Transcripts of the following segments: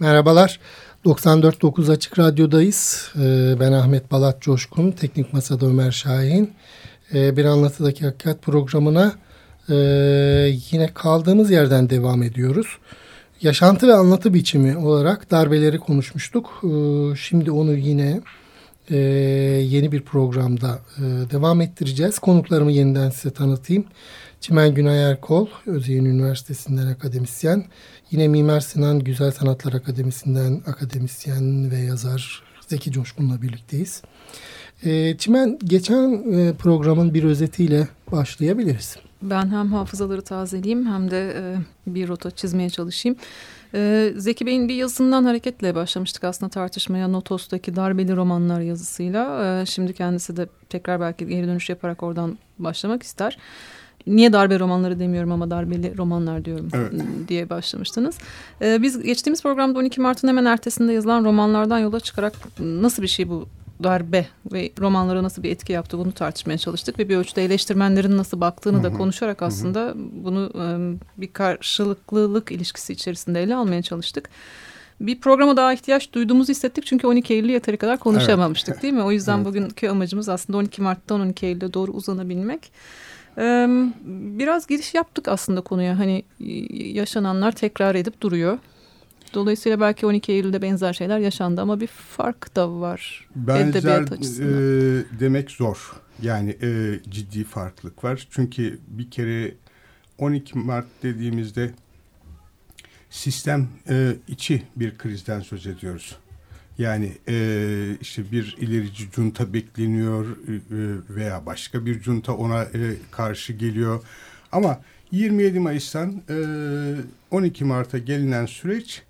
Merhabalar, 94.9 Açık Radyo'dayız. Ben Ahmet Balat Coşkun, Teknik Masa'da Ömer Şahin. Bir Anlatıdaki Hakikat programına yine kaldığımız yerden devam ediyoruz. Yaşantı ve anlatı biçimi olarak darbeleri konuşmuştuk. Şimdi onu yine yeni bir programda devam ettireceğiz. Konuklarımı yeniden size tanıtayım. Çimen Günay Erkol, Özyeğin Üniversitesi'nden akademisyen. Yine Mimar Sinan Güzel Sanatlar Akademisi'nden akademisyen ve yazar Zeki Coşkun'la birlikteyiz. Çimen, geçen programın bir özetiyle başlayabiliriz. Ben hem hafızaları tazeleyeyim hem de bir rota çizmeye çalışayım. Zeki Bey'in bir yazısından hareketle başlamıştık aslında tartışmaya, Notos'taki darbeli romanlar yazısıyla. Şimdi kendisi de tekrar belki geri dönüş yaparak oradan başlamak ister. Niye darbe romanları demiyorum ama darbeli romanlar diyorum, evet, diye başlamıştınız. Biz geçtiğimiz programda 12 Mart'ın hemen ertesinde yazılan romanlardan yola çıkarak nasıl bir şey bu darbe ve romanlara nasıl bir etki yaptı bunu tartışmaya çalıştık. Ve bir ölçüde eleştirmenlerin nasıl baktığını da konuşarak aslında bunu bir karşılıklılık ilişkisi içerisinde ele almaya çalıştık. Bir programa daha ihtiyaç duyduğumuzu hissettik. Çünkü 12 Eylül'ü yeteri kadar konuşamamıştık, evet, değil mi? O yüzden evet, bugünkü amacımız aslında 12 Mart'tan 12 Eylül'e doğru uzanabilmek. Biraz giriş yaptık aslında konuya. Hani yaşananlar tekrar edip duruyor. Dolayısıyla belki 12 Eylül'de benzer şeyler yaşandı ama bir fark da var. Benzer demek zor. Yani ciddi farklılık var. Çünkü bir kere 12 Mart dediğimizde sistem içi bir krizden söz ediyoruz. Yani işte bir ilerici junta bekleniyor veya başka bir junta ona karşı geliyor. Ama 27 Mayıs'tan 12 Mart'a gelinen süreç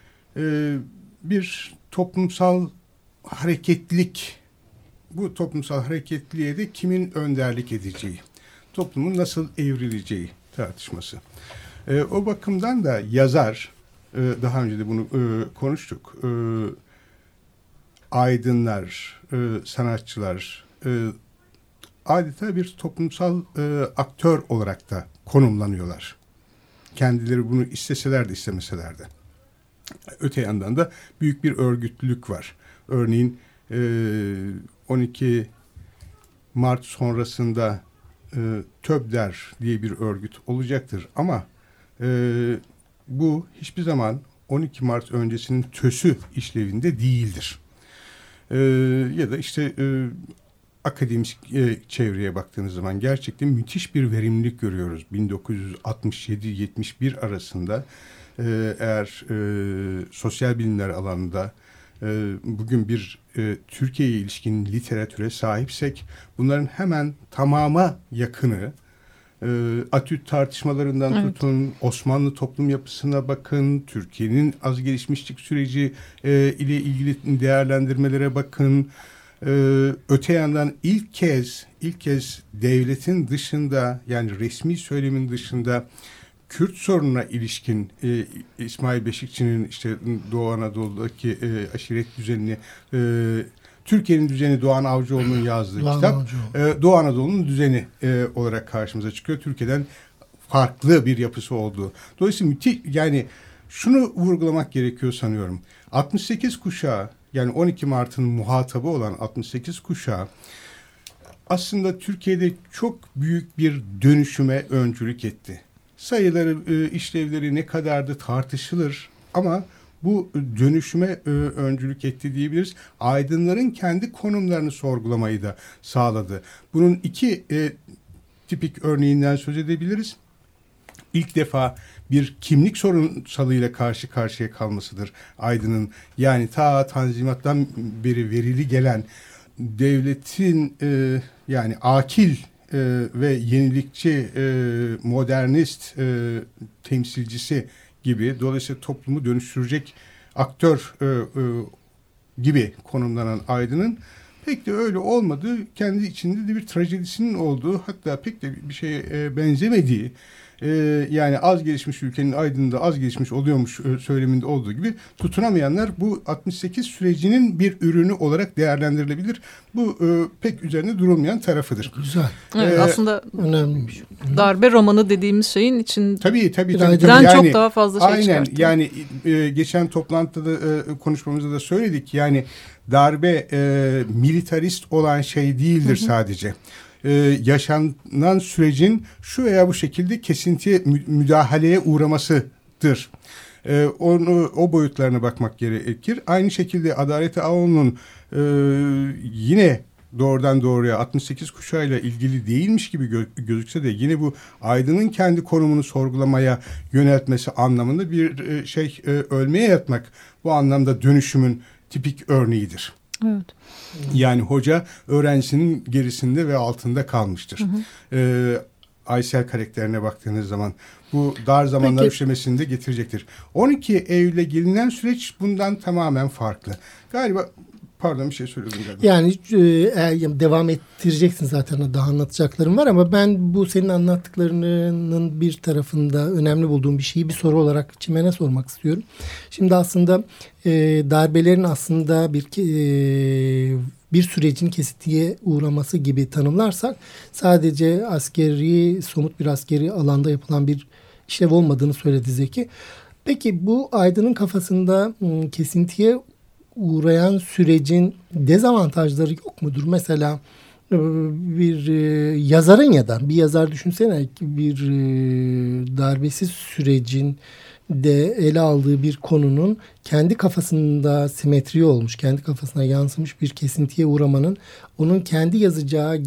bir toplumsal hareketlilik. Bu toplumsal hareketliliğe de kimin önderlik edeceği, toplumun nasıl evrileceği tartışması. O bakımdan da yazar, daha önce de bunu konuştuk, aydınlar, sanatçılar adeta bir toplumsal aktör olarak da konumlanıyorlar. Kendileri bunu isteseler de istemeseler de. Öte yandan da büyük bir örgütlülük var. Örneğin 12 Mart sonrasında TÖBDER diye bir örgüt olacaktır. Ama bu hiçbir zaman 12 Mart öncesinin TÖS'ü işlevinde değildir. Ya da işte akademik çevreye baktığınız zaman gerçekten müthiş bir verimlilik görüyoruz. 1967-71 arasında eğer sosyal bilimler alanında bugün bir Türkiye'ye ilişkin literatüre sahipsek bunların hemen tamama yakını Atüt tartışmalarından, evet, tutun, Osmanlı toplum yapısına bakın, Türkiye'nin az gelişmişlik süreci ile ilgili değerlendirmelere bakın. Öte yandan ilk kez devletin dışında, yani resmi söylemin dışında Kürt sorununa ilişkin İsmail Beşikçi'nin işte Doğu Anadolu'daki aşiret düzenini, Türkiye'nin düzeni Doğan Avcıoğlu'nun yazdığı kitap Doğu Anadolu'nun düzeni olarak karşımıza çıkıyor. Türkiye'den farklı bir yapısı olduğu. Dolayısıyla yani şunu vurgulamak gerekiyor sanıyorum. 68 kuşağı, yani 12 Mart'ın muhatabı olan 68 kuşağı aslında Türkiye'de çok büyük bir dönüşüme öncülük etti. Sayıları, işlevleri ne kadardı tartışılır ama bu dönüşüme öncülük etti diyebiliriz. Aydınların kendi konumlarını sorgulamayı da sağladı. Bunun iki tipik örneğinden söz edebiliriz. İlk defa bir kimlik sorunsalıyla karşı karşıya kalmasıdır Aydın'ın. Yani ta Tanzimat'tan beri verili gelen devletin yani akil ve yenilikçi, modernist temsilcisi gibi, dolayısıyla toplumu dönüştürecek aktör gibi konumlanan Aydın'ın pek de öyle olmadığı, kendi içinde de bir trajedisinin olduğu, hatta pek de bir şeye benzemediği, yani az gelişmiş ülkenin Aydın'da az gelişmiş oluyormuş söyleminde olduğu gibi tutunamayanlar bu 68 sürecinin bir ürünü olarak değerlendirilebilir. Bu pek üzerine durulmayan tarafıdır. Güzel. Evet, aslında önemliymiş. Darbe romanı dediğimiz şeyin için tabii. yani, çok daha fazla şey çıkarttı. Yani geçen toplantıda konuşmamızda da söyledik. Yani darbe militarist olan şey değildir sadece. Yaşanan sürecin şu veya bu şekilde kesintiye müdahaleye uğramasıdır. O boyutlarına bakmak gerekir. Aynı şekilde Adalet Ağaoğlu'nun yine doğrudan doğruya 68 kuşağıyla ilgili değilmiş gibi gözükse de yine bu Aydın'ın kendi konumunu sorgulamaya yöneltmesi anlamında bir ölmeye yatmak bu anlamda dönüşümün tipik örneğidir. Evet. Yani hoca öğrencisinin gerisinde ve altında kalmıştır. Aysel karakterine baktığınız zaman bu dar zamanlar üçlemesini de getirecektir. 12 Eylül'e gelinen süreç bundan tamamen farklı. Galiba pardon bir şey söylüyordum galiba. Yani devam ettireceksin zaten, daha anlatacaklarım var ama ben bu senin anlattıklarının bir tarafında önemli bulduğum bir şeyi bir soru olarak Çimen'e sormak istiyorum. Şimdi aslında darbelerin aslında bir sürecin kesintiye uğraması gibi tanımlarsak sadece somut bir askeri alanda yapılan bir işlev olmadığını söyledi Zeki. Peki bu Aydın'ın kafasında kesintiye uğrayan sürecin dezavantajları yok mudur? Mesela bir yazarın ya da bir yazar düşünsene bir darbesiz sürecin de ele aldığı bir konunun kendi kafasında simetri olmuş, kendi kafasına yansımış bir kesintiye uğramanın onun kendi yazacağı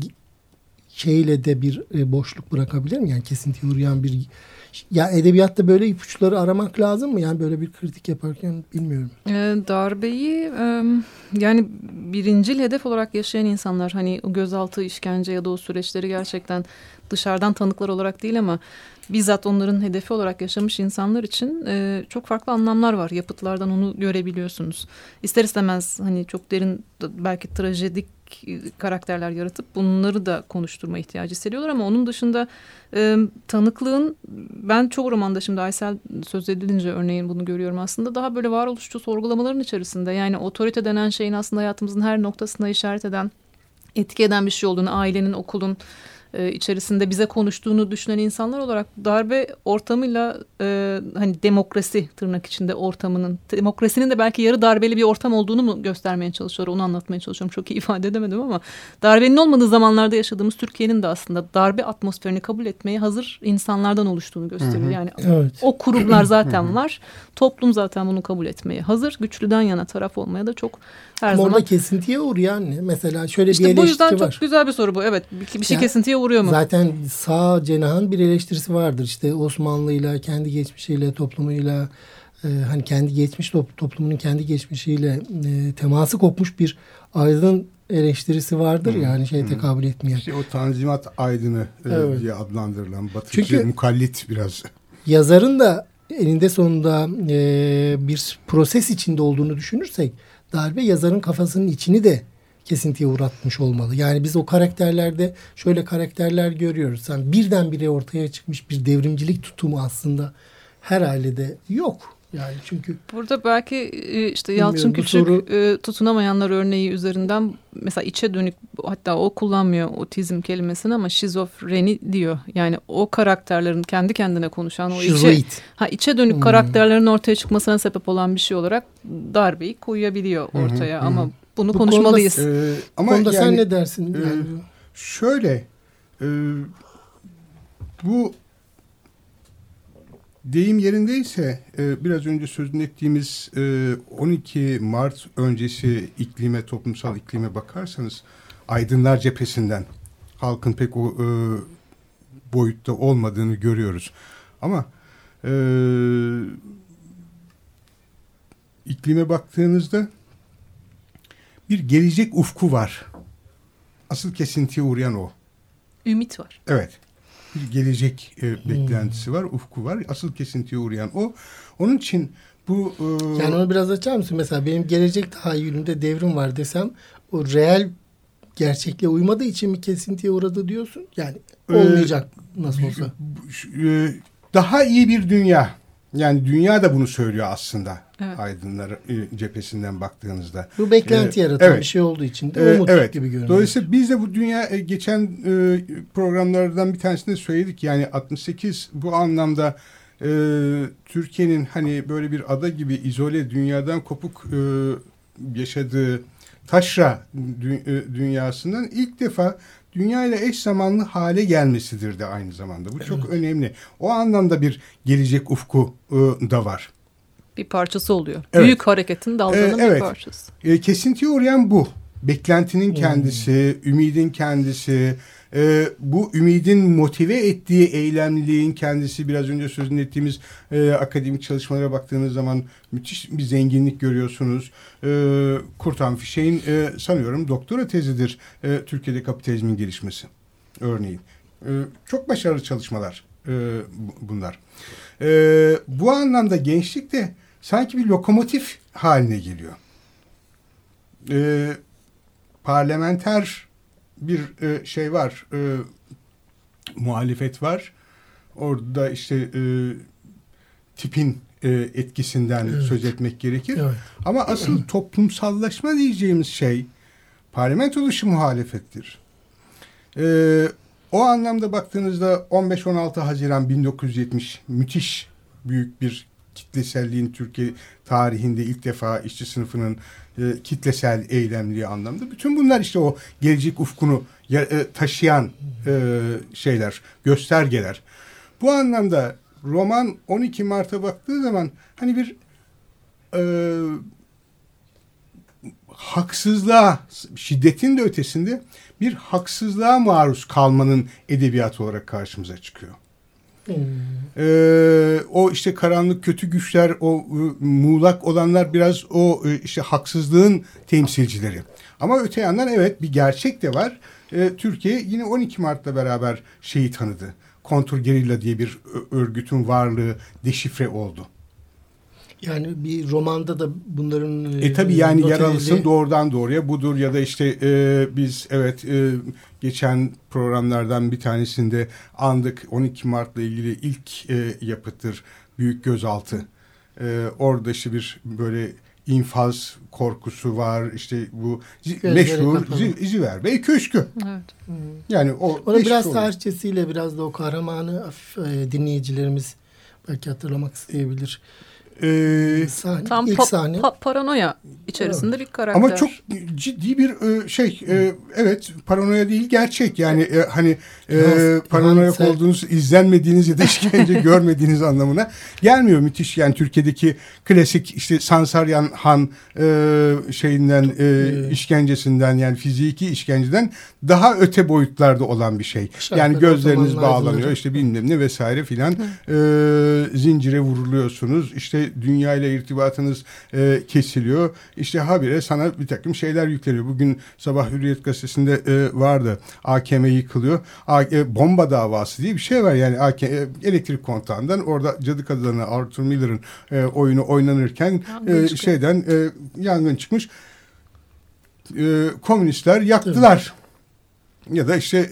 şeyle de bir boşluk bırakabilir mi? Yani kesintiye uğrayan bir... Ya edebiyatta böyle ipuçları aramak lazım mı? Yani böyle bir kritik yaparken bilmiyorum. Darbeyi yani birincil hedef olarak yaşayan insanlar, hani o gözaltı, işkence ya da o süreçleri gerçekten dışarıdan tanıklar olarak değil ama bizzat onların hedefi olarak yaşamış insanlar için çok farklı anlamlar var. Yapıtlardan onu görebiliyorsunuz. İster istemez hani çok derin, belki trajedik karakterler yaratıp bunları da konuşturma ihtiyacı hissediyorlar ama onun dışında tanıklığın, ben çoğu romanda şimdi Aysel söz edilince örneğin bunu görüyorum aslında, daha böyle varoluşçu sorgulamaların içerisinde, yani otorite denen şeyin aslında hayatımızın her noktasına işaret eden, etki eden bir şey olduğunu, ailenin, okulun içerisinde bize konuştuğunu düşünen insanlar olarak darbe ortamıyla hani demokrasi tırnak içinde ortamının, demokrasinin de belki yarı darbeli bir ortam olduğunu mu göstermeye çalışıyor, onu anlatmaya çalışıyorum. Çok iyi ifade edemedim ama darbenin olmadığı zamanlarda yaşadığımız Türkiye'nin de aslında darbe atmosferini kabul etmeye hazır insanlardan oluştuğunu gösteriyor. Yani evet, o kurumlar zaten var. Toplum zaten bunu kabul etmeye hazır. Güçlüden yana taraf olmaya da çok her zaman. Orada kesintiye uğrayan ne? Mesela şöyle işte bir eleştiri var. Bu yüzden çok güzel bir soru bu. Evet, bir şey kesintiye uğruyor mu? Zaten sağ cenahın bir eleştirisi vardır. İşte Osmanlı'yla, kendi geçmişiyle, toplumuyla, hani kendi geçmiş toplumunun kendi geçmişiyle teması kopmuş bir Aydın eleştirisi vardır. Yani tekabül etmeyen. İşte o Tanzimat Aydın'ı diye adlandırılan Batıcı, çünkü mukallit biraz. Yazarın da eninde sonunda bir proses içinde olduğunu düşünürsek darbe yazarın kafasının içini de kesintiye uğratmış olmalı. Yani biz o karakterlerde şöyle karakterler görüyoruz. Yani birdenbire ortaya çıkmış bir devrimcilik tutumu aslında her ailede yok. Yani çünkü burada belki işte Yalçın Küçük tutunamayanlar örneği üzerinden mesela içe dönük, hatta o kullanmıyor otizm kelimesini ama şizofreni diyor. Yani o karakterlerin kendi kendine konuşan o içe dönük karakterlerin ortaya çıkmasına sebep olan bir şey olarak darbeyi koyabiliyor ortaya. Ama bunu konuşmalıyız. Ama konuda yani, sen ne dersin? Şöyle bu deyim yerindeyse biraz önce sözünü ettiğimiz 12 Mart öncesi toplumsal iklime bakarsanız Aydınlar cephesinden halkın pek o boyutta olmadığını görüyoruz. Ama iklime baktığınızda bir gelecek ufku var. Asıl kesintiye uğrayan o. Ümit var. Evet. Bir gelecek beklentisi var, ufku var. Asıl kesintiye uğrayan o. Onun için bu... Yani onu biraz açar mısın? Mesela benim gelecek tahayyülümde devrim var desem o reel gerçekliğe uymadığı için mi kesintiye uğradı diyorsun? Yani olmayacak nasıl olsa. Daha iyi bir dünya. Yani dünya da bunu söylüyor aslında. Evet. Aydınlar cephesinden baktığınızda. Bu beklenti yaratan evet. bir şey olduğu için de umut evet. gibi görünüyor. Dolayısıyla biz de bu dünya geçen programlardan bir tanesinde söyledik. Yani 68 bu anlamda Türkiye'nin hani böyle bir ada gibi izole dünyadan kopuk yaşadığı taşra dünyasından ilk defa dünya ile eş zamanlı hale gelmesidir de aynı zamanda. Bu çok önemli. O anlamda bir gelecek ufku da var. Bir parçası oluyor. Evet. Büyük hareketin dalganın bir parçası. Kesintiye uğrayan bu. Beklentinin kendisi, ümidin kendisi, bu ümidin motive ettiği eylemliliğin kendisi, biraz önce sözünü ettiğimiz akademik çalışmalara baktığınız zaman müthiş bir zenginlik görüyorsunuz. Kurtan Fişek'in sanıyorum doktora tezidir Türkiye'de kapitalizmin gelişmesi örneğin. Çok başarılı çalışmalar bunlar. Bu anlamda gençlik de sanki bir lokomotif haline geliyor. Parlamenter bir şey var, muhalefet var. Orada işte tipin etkisinden söz etmek gerekir. Evet. Ama asıl toplumsallaşma diyeceğimiz şey parlamento dışı muhalefettir. O anlamda baktığınızda 15-16 Haziran 1970 müthiş büyük bir kitleselliğin Türkiye tarihinde ilk defa işçi sınıfının kitlesel eylemliği anlamda. Bütün bunlar işte o gelecek ufkunu taşıyan şeyler, göstergeler. Bu anlamda roman 12 Mart'a baktığı zaman hani bir haksızlığa, şiddetin de ötesinde bir haksızlığa maruz kalmanın edebiyatı olarak karşımıza çıkıyor. O işte karanlık kötü güçler, o muğlak olanlar biraz o işte haksızlığın temsilcileri. Ama öte yandan evet bir gerçek de var. Türkiye yine 12 Mart'la beraber şeyi tanıdı. Kontrgerilla diye bir örgütün varlığı deşifre oldu. Yani bir romanda da bunların... tabii yani yaralısın doğrudan doğruya budur ya da işte biz evet geçen programlardan bir tanesinde andık 12 Mart'la ilgili ilk yapıttır Büyük Gözaltı. Orada işte bir böyle infaz korkusu var işte bu meşhur Ziver Bey Köşkü. Evet. Yani o onu biraz tarihçesiyle biraz da o kahramanı dinleyicilerimiz belki hatırlamak isteyebilir. Tam sahne. Paranoya içerisinde bir karakter. Ama çok ciddi bir şey. Evet, paranoya değil gerçek. Yani hani paranoyak olduğunuz, izlenmediğiniz ya da işkence görmediğiniz anlamına gelmiyor. Müthiş yani Türkiye'deki klasik işte Sansaryan Han şeyinden işkencesinden yani fiziki işkenceden daha öte boyutlarda olan bir şey. Yani gözleriniz bağlanıyor işte bilmem ne vesaire filan zincire vuruluyorsunuz. İşte dünya ile irtibatınız kesiliyor. İşte habire sana bir takım şeyler yükleniyor. Bugün sabah Hürriyet gazetesinde vardı. AKM yıkılıyor. Bomba davası diye bir şey var. Yani elektrik kontağından orada Cadı Kadın'ı Arthur Miller'ın oyunu oynanırken yangın çıkmış. Komünistler yaktılar. Evet. Ya da işte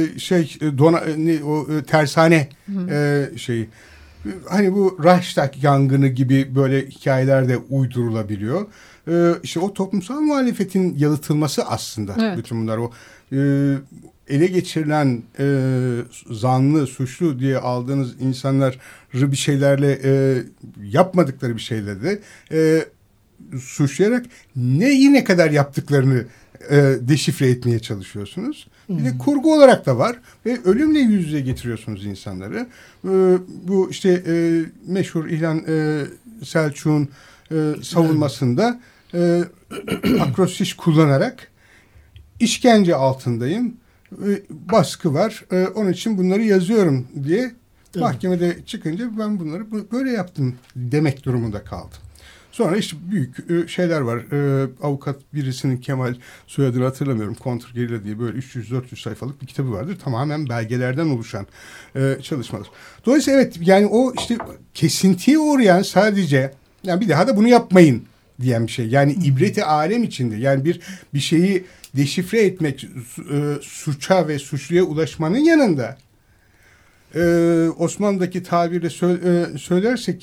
tersane şeyi. Hani bu Reichstag yangını gibi böyle hikayeler de uydurulabiliyor. İşte o toplumsal muhalefetin yalıtılması aslında. Evet. Bütün bunlar o ele geçirilen zanlı, suçlu diye aldığınız insanları bir şeylerle yapmadıkları bir şeylerle suçlayarak ne kadar yaptıklarını deşifre etmeye çalışıyorsunuz. Bir de kurgu olarak da var ve ölümle yüz yüze getiriyorsunuz insanları. Bu işte meşhur İlhan Selçuk'un savunmasında akrostiş kullanarak işkence altındayım, baskı var, onun için bunları yazıyorum diye mahkemede çıkınca ben bunları böyle yaptım demek durumunda kaldım. Sonra işte büyük şeyler var. Avukat birisinin Kemal soyadını hatırlamıyorum. Kontrgerilla diye böyle 300-400 sayfalık bir kitabı vardır. Tamamen belgelerden oluşan çalışmalar. Dolayısıyla evet yani o işte kesintiye uğrayan sadece yani bir daha da bunu yapmayın diyen bir şey. Yani ibreti alem içinde. Yani bir şeyi deşifre etmek, suça ve suçluya ulaşmanın yanında Osmanlı'daki tabirle söylersek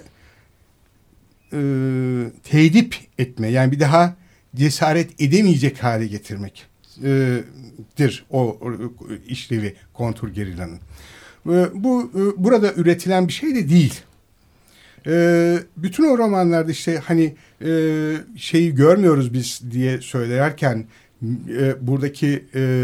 tedip etme, yani bir daha cesaret edemeyecek hale getirmektir o işlevi kontrgerillanın. Bu burada üretilen bir şey de değil. Bütün o romanlarda işte hani şeyi görmüyoruz biz diye söylerken buradaki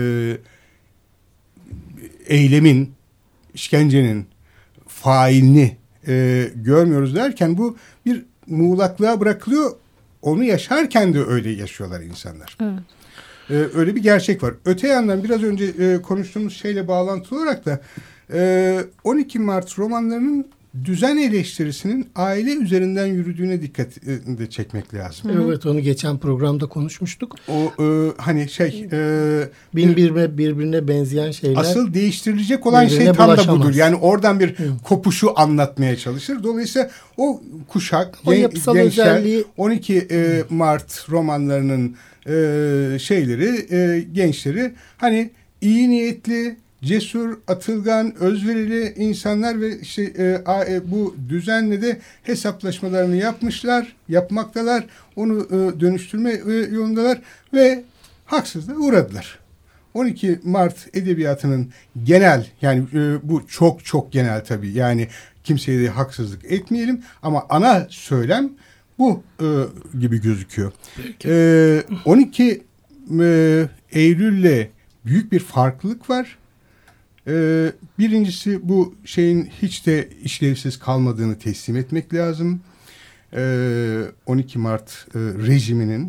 eylemin, işkencenin failini görmüyoruz derken bu bir muğlaklığa bırakılıyor. Onu yaşarken de öyle yaşıyorlar insanlar. Evet. Öyle bir gerçek var. Öte yandan biraz önce konuştuğumuz şeyle bağlantılı olarak da 12 Mart romanlarının düzen eleştirisinin aile üzerinden yürüdüğüne dikkat de çekmek lazım. Evet, onu geçen programda konuşmuştuk. O hani birbirine benzeyen şeyler. Asıl değiştirilecek olan şey tam bulaşamaz. da budur. Yani oradan bir kopuşu anlatmaya çalışır. Dolayısıyla o kuşak, o yapısal gençler, özelliği 12 Mart romanlarının gençleri hani iyi niyetli, cesur, atılgan, özverili insanlar ve işte bu düzenle de hesaplaşmalarını yapmaktalar. Onu dönüştürme yolundalar ve haksızlığa uğradılar. 12 Mart edebiyatının genel, yani bu çok çok genel tabii, yani kimseye de haksızlık etmeyelim ama ana söylem bu gibi gözüküyor. 12 Eylül'le büyük bir farklılık var. Birincisi bu şeyin hiç de işlevsiz kalmadığını teslim etmek lazım. 12 Mart rejiminin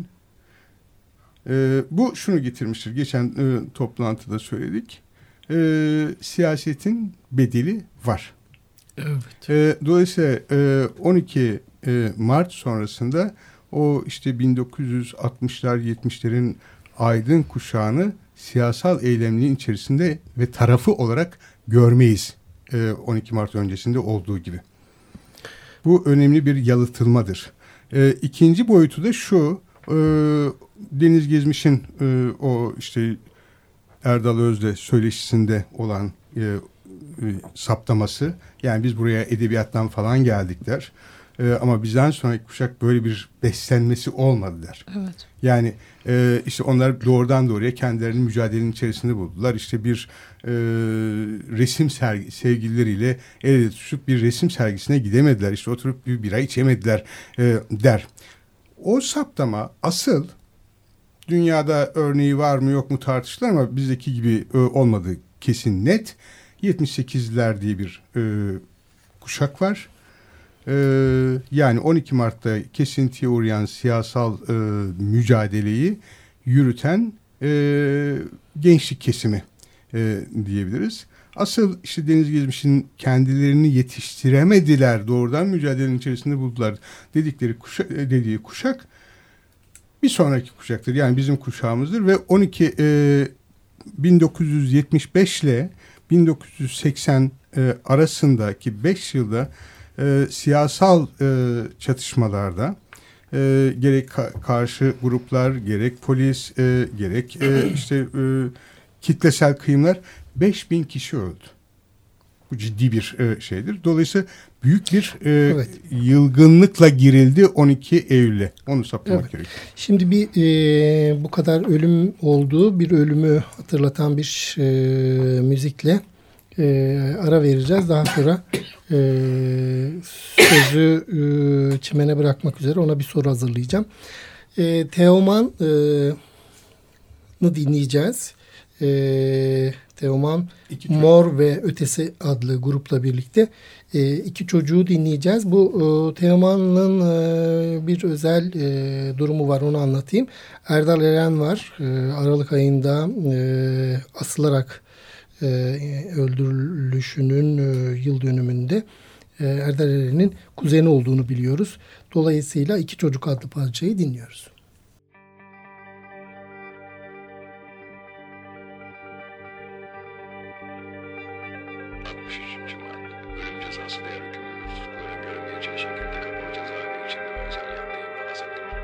bu şunu getirmiştir. Geçen toplantıda söyledik. Siyasetin bedeli var. Evet. Dolayısıyla 12 Mart sonrasında o işte 1960'lar 70'lerin aydın kuşağını siyasal eylemliğin içerisinde ve tarafı olarak görmeyiz 12 Mart öncesinde olduğu gibi. Bu önemli bir yalıtılmadır. İkinci boyutu da şu, Deniz Gezmiş'in o işte Erdal Öz'le söyleşisinde olan saptaması, yani biz buraya edebiyattan falan geldik der. Ama bizden sonraki kuşak böyle bir beslenmesi olmadı der. Evet. Yani işte onlar doğrudan doğruya kendilerini mücadelenin içerisinde buldular. İşte bir resim sevgilileriyle el ele tutuşup bir resim sergisine gidemediler. İşte oturup bir bira içemediler der. O saptama asıl dünyada örneği var mı yok mu tartışılır ama bizdeki gibi olmadığı kesin net. 78'ler diye bir kuşak var. Yani 12 Mart'ta kesintiye uğrayan siyasal mücadeleyi yürüten gençlik kesimi diyebiliriz. Asıl işte Deniz Gezmiş'in kendilerini yetiştiremediler, doğrudan mücadelenin içerisinde buldular dediği kuşak bir sonraki kuşaktır. Yani bizim kuşağımızdır ve 1975 ile 1980 arasındaki 5 yılda siyasal çatışmalarda gerek karşı gruplar, gerek polis, gerek kitlesel kıyımlar 5000 kişi öldü. Bu ciddi bir şeydir. Dolayısıyla büyük bir yılgınlıkla girildi 12 Eylül'e. Onu saptamak gerekiyor. Şimdi bu kadar ölüm olduğu bir ölümü hatırlatan bir müzikle ara vereceğiz. Daha sonra sözü Çimen'e bırakmak üzere ona bir soru hazırlayacağım. Teoman'ı dinleyeceğiz. Teoman Mor ve Ötesi adlı grupla birlikte 2 çocuğu dinleyeceğiz. Bu Teoman'ın bir özel durumu var, onu anlatayım. Erdal Eren var. Aralık ayında asılarak öldürülüşünün yıl dönümünde Erdal Eren'in kuzeni olduğunu biliyoruz. Dolayısıyla 2 Çocuk adlı parçayı dinliyoruz. 63. madde. Ölüm cezası değer hükümlüdür. Ölüm görülmeyeceği şekilde kapalı cezaevi içinde ve özel yerde infaz edilir.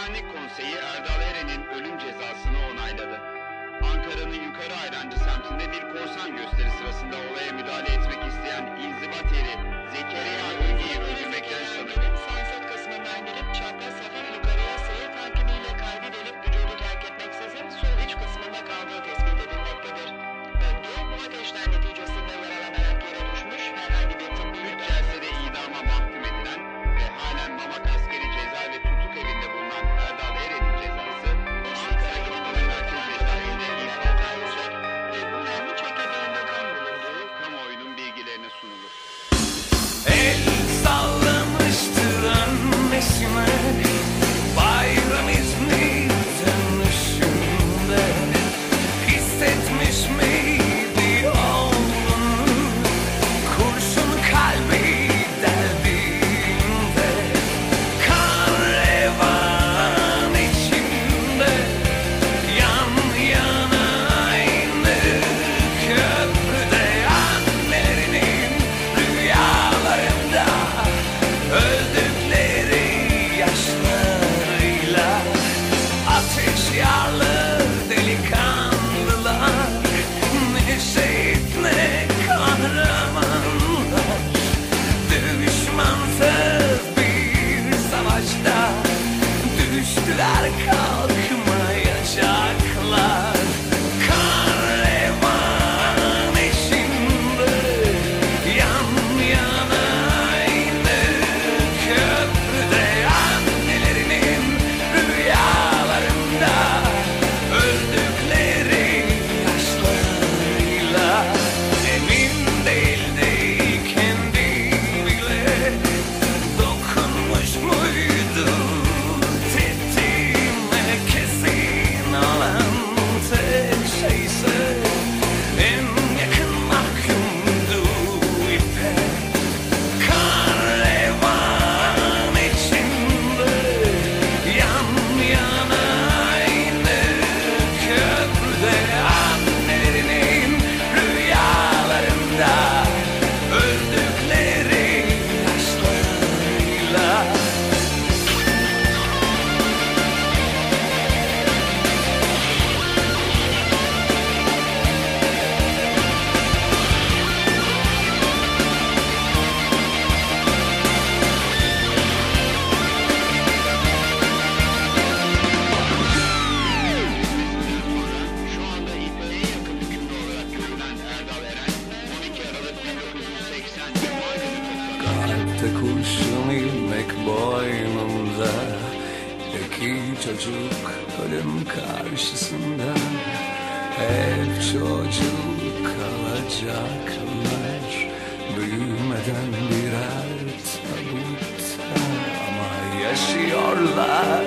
Güvenlik Konseyi Erdal Eren'in ölüm cezasını onayladı. Ankara'nın Yukarı Ayrancı semtinde bir korsan gösteri sırasında olaya müdahale etmek isteyen inzibat eri Zekeriya Ülge'yi öldürmekten sanık. Sansat kısmından gelip çapraz hafif yukarıya seyir takibiyle kaybedelip vücudu terk etmeksizin sol iç kısmında kaldığı tespit edilmektedir. Ülge bu ateşler neticesinde yaralanarak yere düşmüş, herhangi bir tıbbi 3 celsede idama mahkum edilen ve halen Mamak Askeri Ceza ve Tutuk Evi'nde bulunan Erdal Eren'in cezası Ankara Yolları Merkez Cezaevinde ifade edilecek ve bu mermi çekirdeğinde kan bulunduğu kamuoyunun bilgilerine sunulur. El sallamıştır annesine bayram izni dönüşünde. Hissetmiş miydi oğlunu kurşun kalbi deldiğinde? Kan revan içinde yan yana aynı köprüde annelerinin rüyalarında öldükleri yaşlarıyla ateş yarlı delikanlılar, ne şehit ne kahramanlar, düşmansız bir savaşta düştüler kalkmayacaklar. Kan revan içinde yan yana aynı köprüde annelerinin rüyalarında öldükleri yaşlarıyla emin değildi kendi bile dokunmuş muydu tetiğime kesin olan tek şeyse en yakın mahkumdu ipe. Kan revan içinde yan yana aynı köprüde annelerinin rüyalarında öldükleri yaşlarıyla. Şu anda İP'ye yakın hükümlü olarak görülen Erdal Eren, 12 Aralık 1980 Cuma günü tutuklandı. Kalpte kurşun ilmek boynunda, iki çocuk ölüm karşısında hep çocuk kalacaklar, büyümeden birer tabutta ama yaşıyorlar,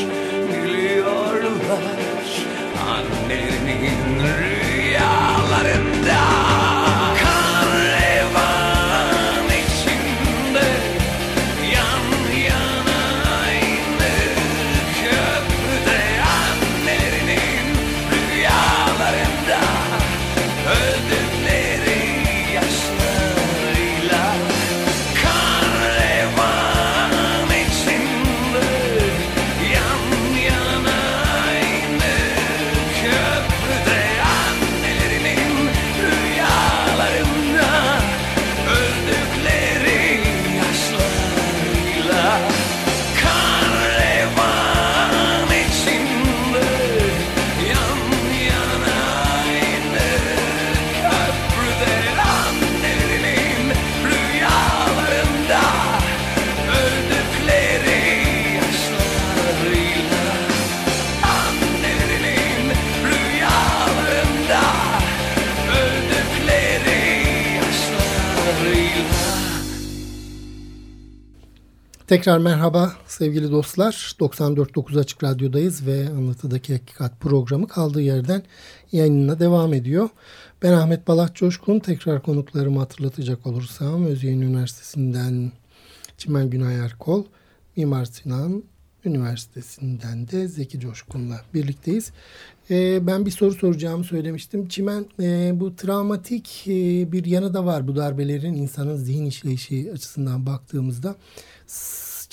gülüyorlar annelerinin rüyalarında. Kan revan içinde yan yana aynı köprüde annelerinin rüyalarında öldükleri yaşlarıyla. Kan revan içinde yan yana aynı köprüde annelerinin rüyalarında öldükleri yaşlarıyla. Kan revan içinde yan yana aynı köprüde annelerinin rüyalarında öldükleri yaşlarıyla. Annelerinin rüyalarında öldükleri yaşlarıyla. Tekrar merhaba sevgili dostlar. 94.9 Açık Radyo'dayız ve Anlatıdaki Hakikat programı kaldığı yerden yayınına devam ediyor. Ben Ahmet Balat Coşkun. Tekrar konuklarımı hatırlatacak olursam Özyeğin Üniversitesi'nden Çimen Günay Erkol, Mimar Sinan Üniversitesi'nden de Zeki Coşkun'la birlikteyiz. Ben bir soru soracağımı söylemiştim. Çimen, bu travmatik bir yanı da var bu darbelerin insanın zihin işleyişi açısından baktığımızda.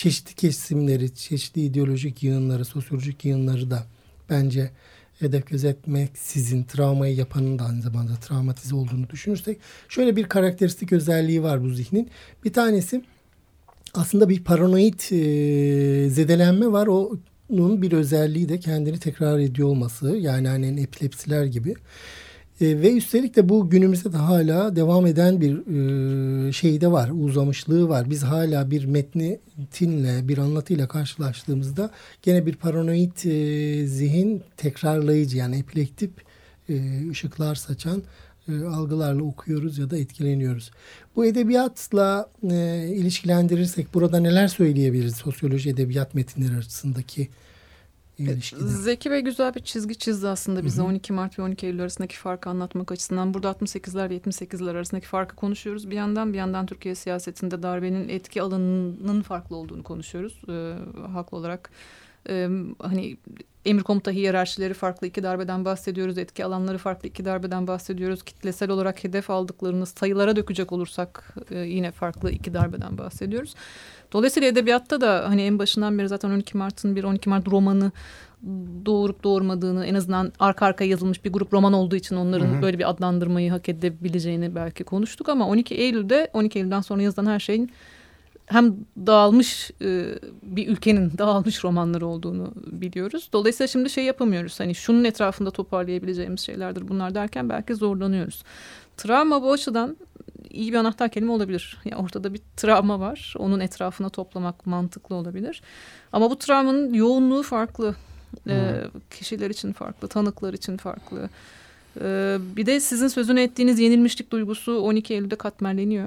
çeşitli kesimleri, çeşitli ideolojik yığınları, sosyolojik yığınları da bence hedef gözetmeksizin travmayı yapanın da aynı zamanda travmatize olduğunu düşünürsek şöyle bir karakteristik özelliği var bu zihnin. Bir tanesi aslında bir paranoid zedelenme var. Onun bir özelliği de kendini tekrar ediyor olması. Yani hani epilepsiler gibi. Ve üstelik de bu günümüzde de hala devam eden bir şey de var. Uzamışlığı var. Biz hala bir metinle, bir anlatıyla karşılaştığımızda gene bir paranoid zihin tekrarlayıcı yani epileptik ışıklar saçan algılarla okuyoruz ya da etkileniyoruz. Bu edebiyatla ilişkilendirirsek burada neler söyleyebiliriz sosyoloji edebiyat metinleri arasındaki ilişkide? Zeki Bey güzel bir çizgi çizdi aslında bize 12 Mart ve 12 Eylül arasındaki farkı anlatmak açısından. Burada 68'ler ve 78'ler arasındaki farkı konuşuyoruz. Bir yandan Türkiye siyasetinde darbenin etki alanının farklı olduğunu konuşuyoruz. Haklı olarak hani emir komuta hiyerarşileri farklı iki darbeden bahsediyoruz. Etki alanları farklı iki darbeden bahsediyoruz. Kitlesel olarak hedef aldıklarını sayılara dökecek olursak yine farklı iki darbeden bahsediyoruz. Dolayısıyla edebiyatta da hani en başından beri zaten 12 Mart'ın bir 12 Mart romanı doğurup doğurmadığını, en azından arka arkaya yazılmış bir grup roman olduğu için onların böyle bir adlandırmayı hak edebileceğini belki konuştuk. Ama 12 Eylül'den sonra yazılan her şeyin hem dağılmış bir ülkenin dağılmış romanları olduğunu biliyoruz. Dolayısıyla şimdi şey yapamıyoruz. Hani şunun etrafında toparlayabileceğimiz şeylerdir bunlar derken belki zorlanıyoruz. Travma bu açıdan iyi bir anahtar kelime olabilir. Yani ortada bir travma var. Onun etrafına toplamak mantıklı olabilir. Ama bu travmanın yoğunluğu farklı. Kişiler için farklı, tanıklar için farklı. Bir de sizin sözünü ettiğiniz yenilmişlik duygusu 12 Eylül'de katmerleniyor.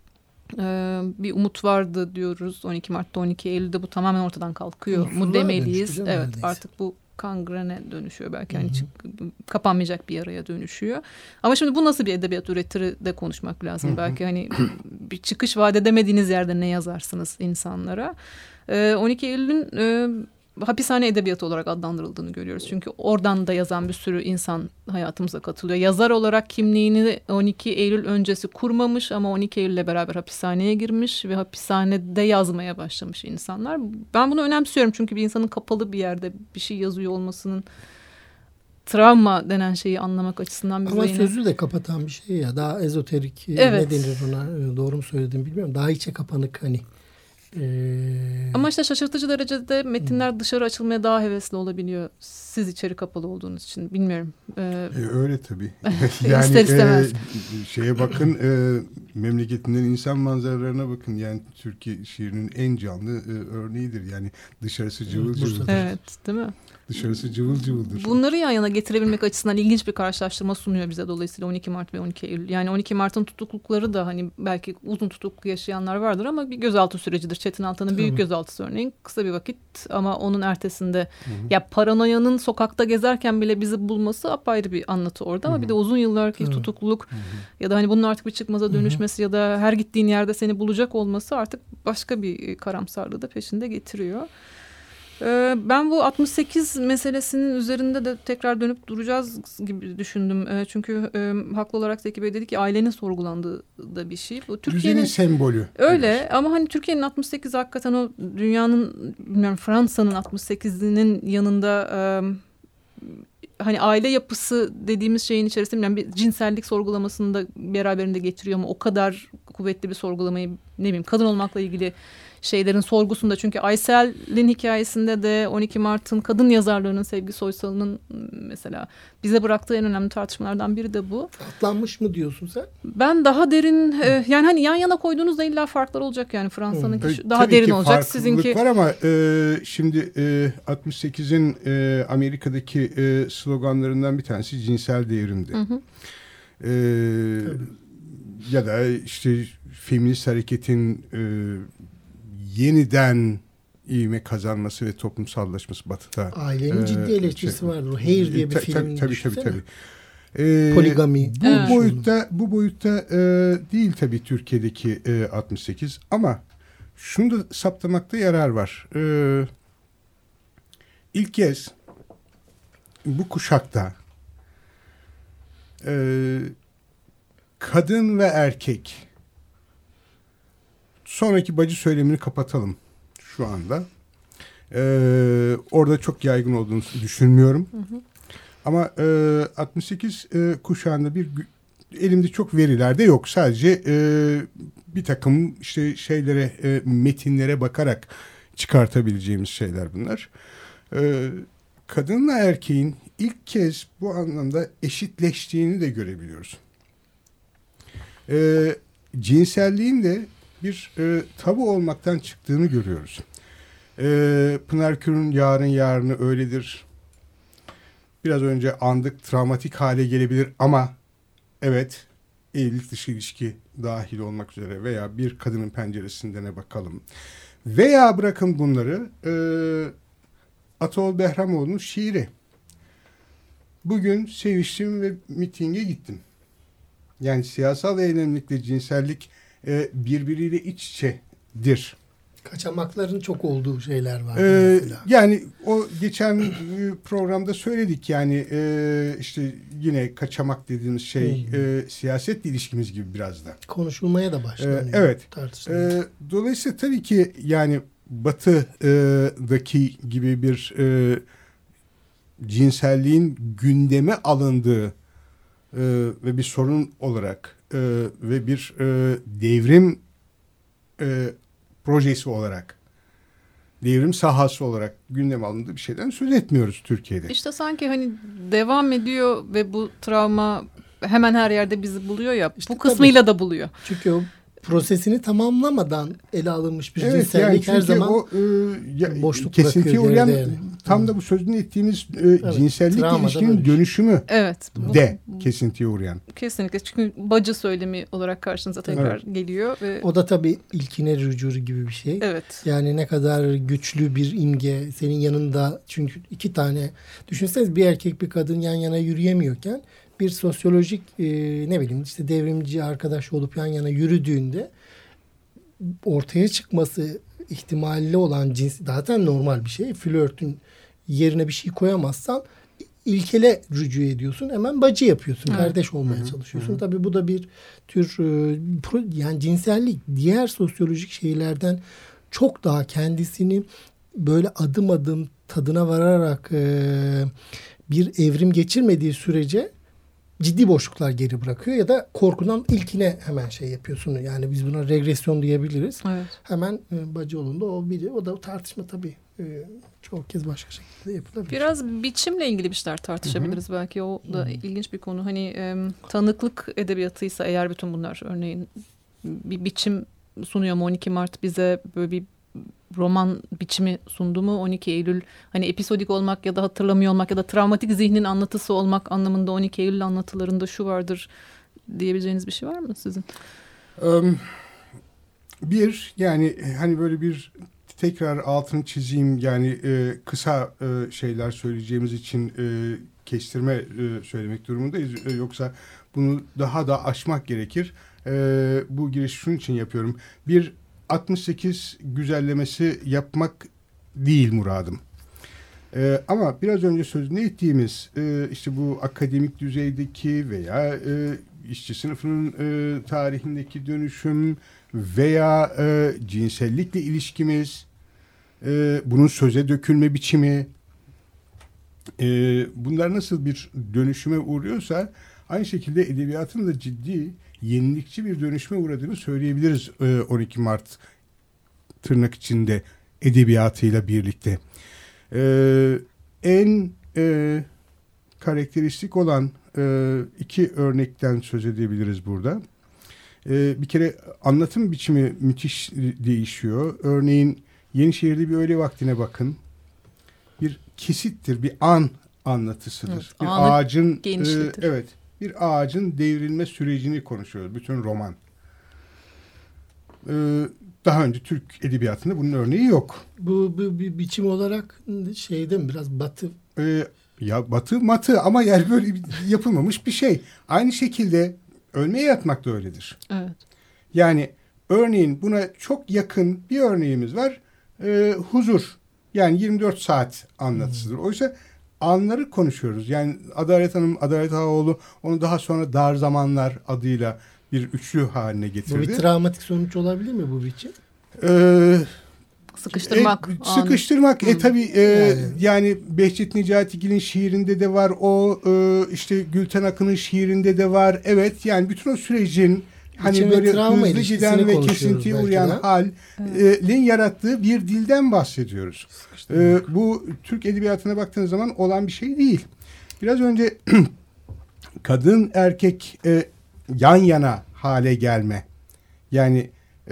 Bir umut vardı diyoruz. 12 Mart'ta 12 Eylül'de bu tamamen ortadan kalkıyor mu demeliyiz. Evet, neredeyse. Artık bu kangrene dönüşüyor belki. Yani kapanmayacak bir yaraya dönüşüyor. Ama şimdi bu nasıl bir edebiyat üretiri de konuşmak lazım. Belki hani bir çıkış vaat edemediğiniz yerde ne yazarsınız insanlara. 12 Eylül'ün hapishane edebiyatı olarak adlandırıldığını görüyoruz. Çünkü oradan da yazan bir sürü insan hayatımıza katılıyor. Yazar olarak kimliğini 12 Eylül öncesi kurmamış ama 12 Eylül'le beraber hapishaneye girmiş ve hapishanede yazmaya başlamış insanlar. Ben bunu önemsiyorum çünkü bir insanın kapalı bir yerde bir şey yazıyor olmasının travma denen şeyi anlamak açısından bize ama yine... sözü de kapatan bir şey ya. Daha ezoterik evet. Ne denir ona? Doğru mu söyledim bilmiyorum. Daha içe kapanık hani. Ama işte şaşırtıcı derecede metinler dışarı açılmaya daha hevesli olabiliyor. Siz içeri kapalı olduğunuz için. Bilmiyorum. Öyle tabii. Yani İster istemez. Şeye bakın, memleketinden insan manzaralarına bakın. Yani Türkiye şiirinin en canlı örneğidir. Yani dışarısı cıvıl cıvıldır. Evet, değil mi? Dışarısı cıvıl cıvıldır. Bunları yan yana getirebilmek açısından ilginç bir karşılaştırma sunuyor bize dolayısıyla 12 Mart ve 12 Eylül. Yani 12 Mart'ın tutuklukları da hani belki uzun tutukluk yaşayanlar vardır ama bir gözaltı sürecidir. Çetin Altan'ın büyük gözaltısı örneğin kısa bir vakit ama onun ertesinde ya paranoyanın sokakta gezerken bile bizi bulması apayrı bir anlatı orada ama bir de uzun yıllarki tutukluluk ya da hani bunun artık bir çıkmaza dönüşmesi ya da her gittiğin yerde seni bulacak olması artık başka bir karamsarlığı da peşinde getiriyor. Ben bu 68 meselesinin üzerinde de tekrar dönüp duracağız gibi düşündüm. Çünkü haklı olarak Zeki Bey dedi ki ailenin sorgulandığı da bir şey. Bu Türkiye'nin sembolü. Öyle biraz. Ama hani Türkiye'nin 68 hakikaten o dünyanın bilmiyorum Fransa'nın 68'inin yanında hani aile yapısı dediğimiz şeyin içerisinde yani bir cinsellik sorgulamasını da beraberinde getiriyor ama o kadar kuvvetli bir sorgulamayı ne bileyim kadın olmakla ilgili şeylerin sorgusunda çünkü Aysel'in hikayesinde de 12 Mart'ın kadın yazarlarının Sevgi Soysal'ın mesela bize bıraktığı en önemli tartışmalardan biri de bu. Atlanmış mı diyorsun sen? Ben daha derin yani hani yan yana koyduğunuzda illa farklar olacak yani Fransa'nın daha derin olacak sizinki. Var ama şimdi 68'in Amerika'daki sloganlarından bir tanesi cinsel devrimdi. Ya da işte feminist hareketin yeniden ivme kazanması ve toplumsallaşması Batı'da. Ailenin ciddi eleştirisi vardır. O Hair diye bir film. Tabii. Poligami. Bu boyutta değil tabii Türkiye'deki 68 ama şunu da saptamakta yarar var. İlk kez bu kuşakta kadın ve erkek sonraki bacı söylemini kapatalım. şu anda. Orada çok yaygın olduğunu düşünmüyorum. Ama 68 kuşağında elimde çok veriler de yok. Sadece bir takım işte şeylere, metinlere bakarak çıkartabileceğimiz şeyler bunlar. Kadınla erkeğin ilk kez bu anlamda eşitleştiğini de görebiliyoruz. Cinselliğin de bir tabu olmaktan çıktığını görüyoruz. Pınar Kür'ün Yarını öyledir. Biraz önce andık, travmatik hale gelebilir ama evet, evlilik dışı ilişki dahil olmak üzere veya bir kadının penceresinden bakalım. Veya bırakın bunları, Ataol Behramoğlu'nun şiiri. Bugün seviştim ve mitinge gittim. Yani siyasal eylemlikle cinsellik birbiriyle iç içedir. Kaçamakların çok olduğu şeyler var. Yani o geçen programda söyledik yani işte yine kaçamak dediğimiz şey siyasetle ilişkimiz gibi biraz da. Konuşulmaya da başlanıyor. Evet. Tartışılıyor. Dolayısıyla tabii ki yani Batı'daki gibi bir cinselliğin gündeme alındığı ve bir sorun olarak ve bir devrim projesi olarak, devrim sahası olarak gündeme alındığı bir şeyden söz etmiyoruz Türkiye'de. İşte sanki hani devam ediyor ve bu travma hemen her yerde bizi buluyor ya. İşte bu kısmıyla da buluyor. Çünkü o prosesini tamamlamadan ele alınmış bir evet, cinsellik yani her zaman boşluk kesintiye uğrayan tam da bu sözünü ettiğimiz cinsellik ilişkinin dönüşümü de kesintiye uğrayan. Kesinlikle, çünkü bacı söylemi olarak karşınıza tekrar geliyor. Ve o da tabii ilkine rücu gibi bir şey. Evet. Yani ne kadar güçlü bir imge senin yanında, çünkü iki tane düşünseniz, bir erkek bir kadın yan yana yürüyemiyorken bir sosyolojik ne bileyim işte devrimci arkadaş olup yan yana yürüdüğünde ortaya çıkması ihtimalli olan cins zaten normal bir şey. Flörtün yerine bir şey koyamazsan ilkele rücu ediyorsun. Hemen bacı yapıyorsun. Evet. Kardeş olmaya çalışıyorsun. Tabii bu da bir tür yani cinsellik diğer sosyolojik şeylerden çok daha kendisini böyle adım adım tadına vararak bir evrim geçirmediği sürece ciddi boşluklar geri bırakıyor ya da korkudan ilkine hemen şey yapıyorsun. Yani biz buna regresyon diyebiliriz. Evet. Hemen bacı olunda o da tartışma tabii çok kez başka şekilde yapılabilir. Biraz biçimle ilgili bir şeyler tartışabiliriz belki. O da ilginç bir konu. Hani tanıklık edebiyatıysa eğer bütün bunlar, örneğin bir biçim sunuyor mu 12 Mart bize, böyle bir roman biçimi sundu mu? 12 Eylül hani episodik olmak ya da hatırlamıyor olmak ya da travmatik zihnin anlatısı olmak anlamında 12 Eylül anlatılarında şu vardır diyebileceğiniz bir şey var mı sizin? Yani hani böyle bir tekrar altını çizeyim, yani kısa şeyler söyleyeceğimiz için kestirme söylemek durumundayız. Yoksa bunu daha da aşmak gerekir. Bu girişi şunun için yapıyorum. Bir 68 güzellemesi yapmak değil muradım. Ama biraz önce sözünü ettiğimiz işte bu akademik düzeydeki veya işçi sınıfının tarihindeki dönüşüm veya cinsellikle ilişkimiz, bunun söze dökülme biçimi, bunlar nasıl bir dönüşüme uğruyorsa aynı şekilde edebiyatın da ciddi yenilikçi bir dönüşüme uğradığını söyleyebiliriz 12 Mart tırnak içinde edebiyatıyla birlikte. En karakteristik olan iki örnekten söz edebiliriz burada. Bir kere anlatım biçimi müthiş değişiyor. Örneğin Yenişehir'de bir öğle vaktine bakın. Bir kesittir, bir an anlatısıdır. Evet, bir ağacın evet, bir ağacın devrilme sürecini konuşuyoruz. Bütün roman. Daha önce Türk edebiyatında bunun örneği yok. Bu bir biçim olarak şeyde mi biraz batı? Ya batı matı ama yani böyle yapılmamış bir şey. Aynı şekilde ölmeye yatmak da öyledir. Evet. Yani örneğin buna çok yakın bir örneğimiz var. Huzur. Yani 24 saat anlatısıdır. Oysa anları konuşuyoruz. Yani Adalet Hanım, Adalet Ağaoğlu onu daha sonra Dar Zamanlar adıyla bir üçlü haline getirdi. Bu bir travmatik sonuç olabilir mi bu biçim? Sıkıştırmak. Sıkıştırmak. Tabii yani Behçet Necatigil'in şiirinde de var. O işte Gülten Akın'ın şiirinde de var. Evet, yani bütün o sürecin hani böyle hızlı giden ve kesintiye uğrayan halin yarattığı bir dilden bahsediyoruz. Bu Türk edebiyatına baktığınız zaman olan bir şey değil. Biraz önce kadın erkek yan yana hale gelme, yani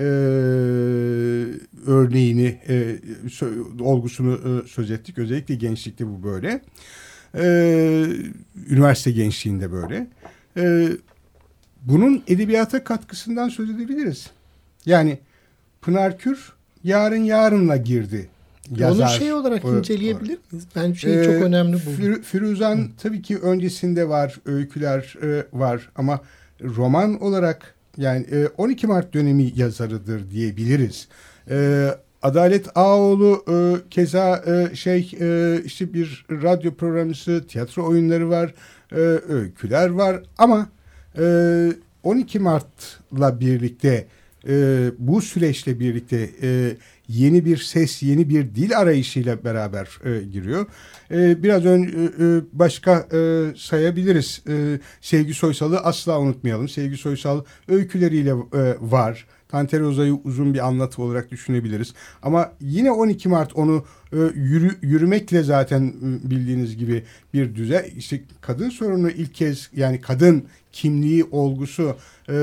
örneğini, olgusunu söz ettik. Özellikle gençlikte bu böyle. Üniversite gençliğinde böyle. Bunun edebiyata katkısından söz edebiliriz. Yani Pınar Kür yarınla girdi. Yazar. Onu şey olarak inceleyebilir miyiz? Bence çok önemli bu. Firuzan tabii ki öncesinde var, öyküler var ama roman olarak yani 12 Mart dönemi yazarıdır diyebiliriz. Adalet Ağaoğlu keza işte bir radyo programcısı, tiyatro oyunları var, öyküler var ama 12 Mart'la birlikte bu süreçle birlikte yeni bir ses, yeni bir dil arayışıyla beraber giriyor. Biraz önce başka sayabiliriz. Sevgi Soysal'ı asla unutmayalım. Sevgi Soysal öyküleriyle var. Tanter Oza'yı uzun bir anlatı olarak düşünebiliriz. Ama yine 12 Mart onu yürümekle zaten bildiğiniz gibi bir düze. İşte kadın sorunu ilk kez, yani kadın kimliği olgusu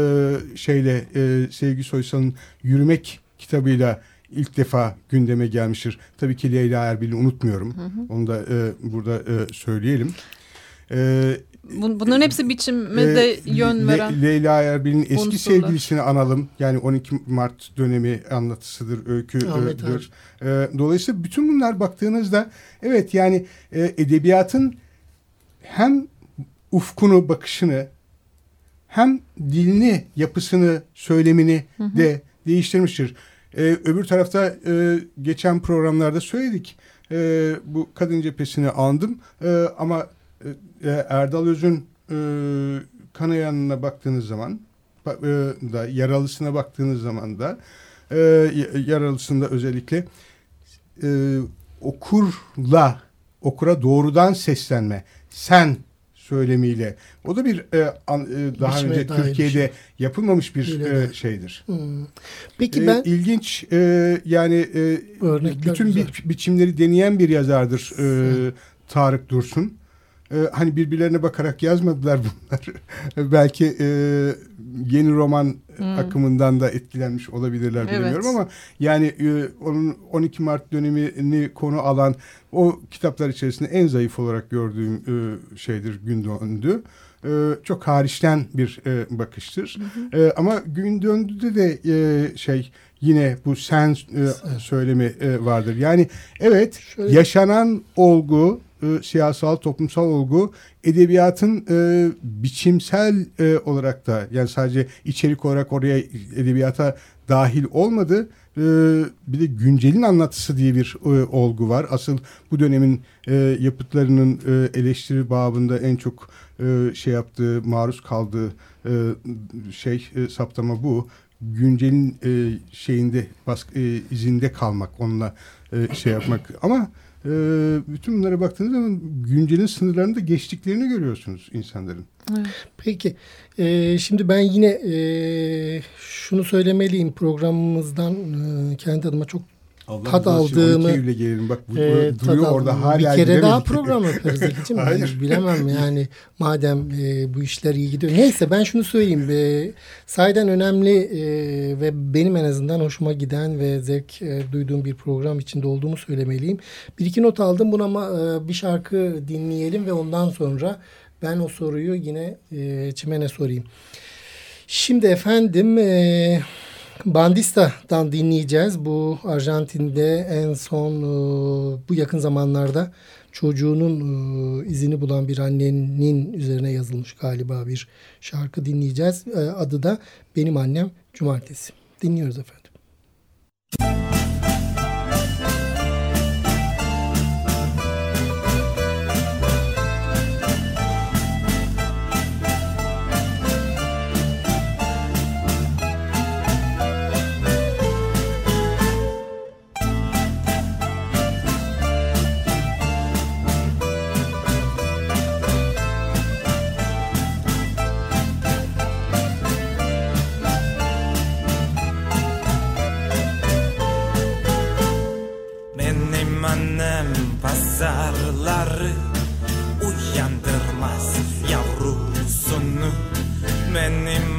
Sevgi Soysal'ın Yürümek kitabıyla ilk defa gündeme gelmiştir. Tabii ki Leyla Erbil'i unutmuyorum. Onu da burada söyleyelim. Bunların hepsi biçime de yön veren. Leyla Erbil'in eski unsurlar. sevgilisini analım. Yani 12 Mart dönemi anlatısıdır, öyküdür. Dolayısıyla bütün bunlar baktığınızda evet, yani edebiyatın hem ufkunu, bakışını, hem dilini, yapısını, söylemini de değiştirmiştir. Öbür tarafta geçen programlarda söyledik. Bu kadın cephesini andım. Ama Erdal Öz'ün Kanayan'ına baktığınız zaman da, Yaralısına baktığınız zaman da Yaralısında özellikle okura doğrudan seslenme, sen söylemiyle. O da bir daha önce Türkiye'de yapılmamış bir şeydir. Peki ben ilginç yani bütün biçimleri deneyen bir yazardır Tarık Dursun. Hani birbirlerine bakarak yazmadılar bunlar. Belki yeni roman akımından da etkilenmiş olabilirler, bilmiyorum ama yani onun 12 Mart dönemini konu alan o kitaplar içerisinde en zayıf olarak gördüğüm Gün Döndü. Çok hariçten bir bakıştır. Ama Gün Döndü'de de yine bu sen söylemi vardır. Yani evet, yaşanan olgu, siyasal, toplumsal olgu edebiyatın biçimsel olarak da, yani sadece içerik olarak oraya edebiyata dahil olmadı. Bir de güncelin anlatısı diye bir olgu var. Asıl bu dönemin yapıtlarının eleştiri babında en çok yaptığı, maruz kaldığı saptama bu. Güncelin izinde kalmak, onunla yapmak. Ama bütün bunlara baktığınız zaman güncelin sınırlarını da geçtiklerini görüyorsunuz insanların. Evet. Peki. Şimdi ben yine şunu söylemeliyim, programımızdan kendi adıma çok tad aldığımı. Bak duruyor orada hala. Bir kere daha program yaparız. Hayır. Bilemem yani, madem bu işler iyi gidiyor. Neyse, ben şunu söyleyeyim. Sahiden önemli ve benim en azından hoşuma giden ve zevk duyduğum bir program içinde olduğumu söylemeliyim. Bir iki not aldım bunu ama bir şarkı dinleyelim ve ondan sonra ben o soruyu yine Çimen'e sorayım. Şimdi efendim Bandista'dan dinleyeceğiz. Bu Arjantin'de en son bu yakın zamanlarda çocuğunun izini bulan bir annenin üzerine yazılmış galiba bir şarkı dinleyeceğiz. Adı da Benim Annem Cumartesi. Dinliyoruz efendim.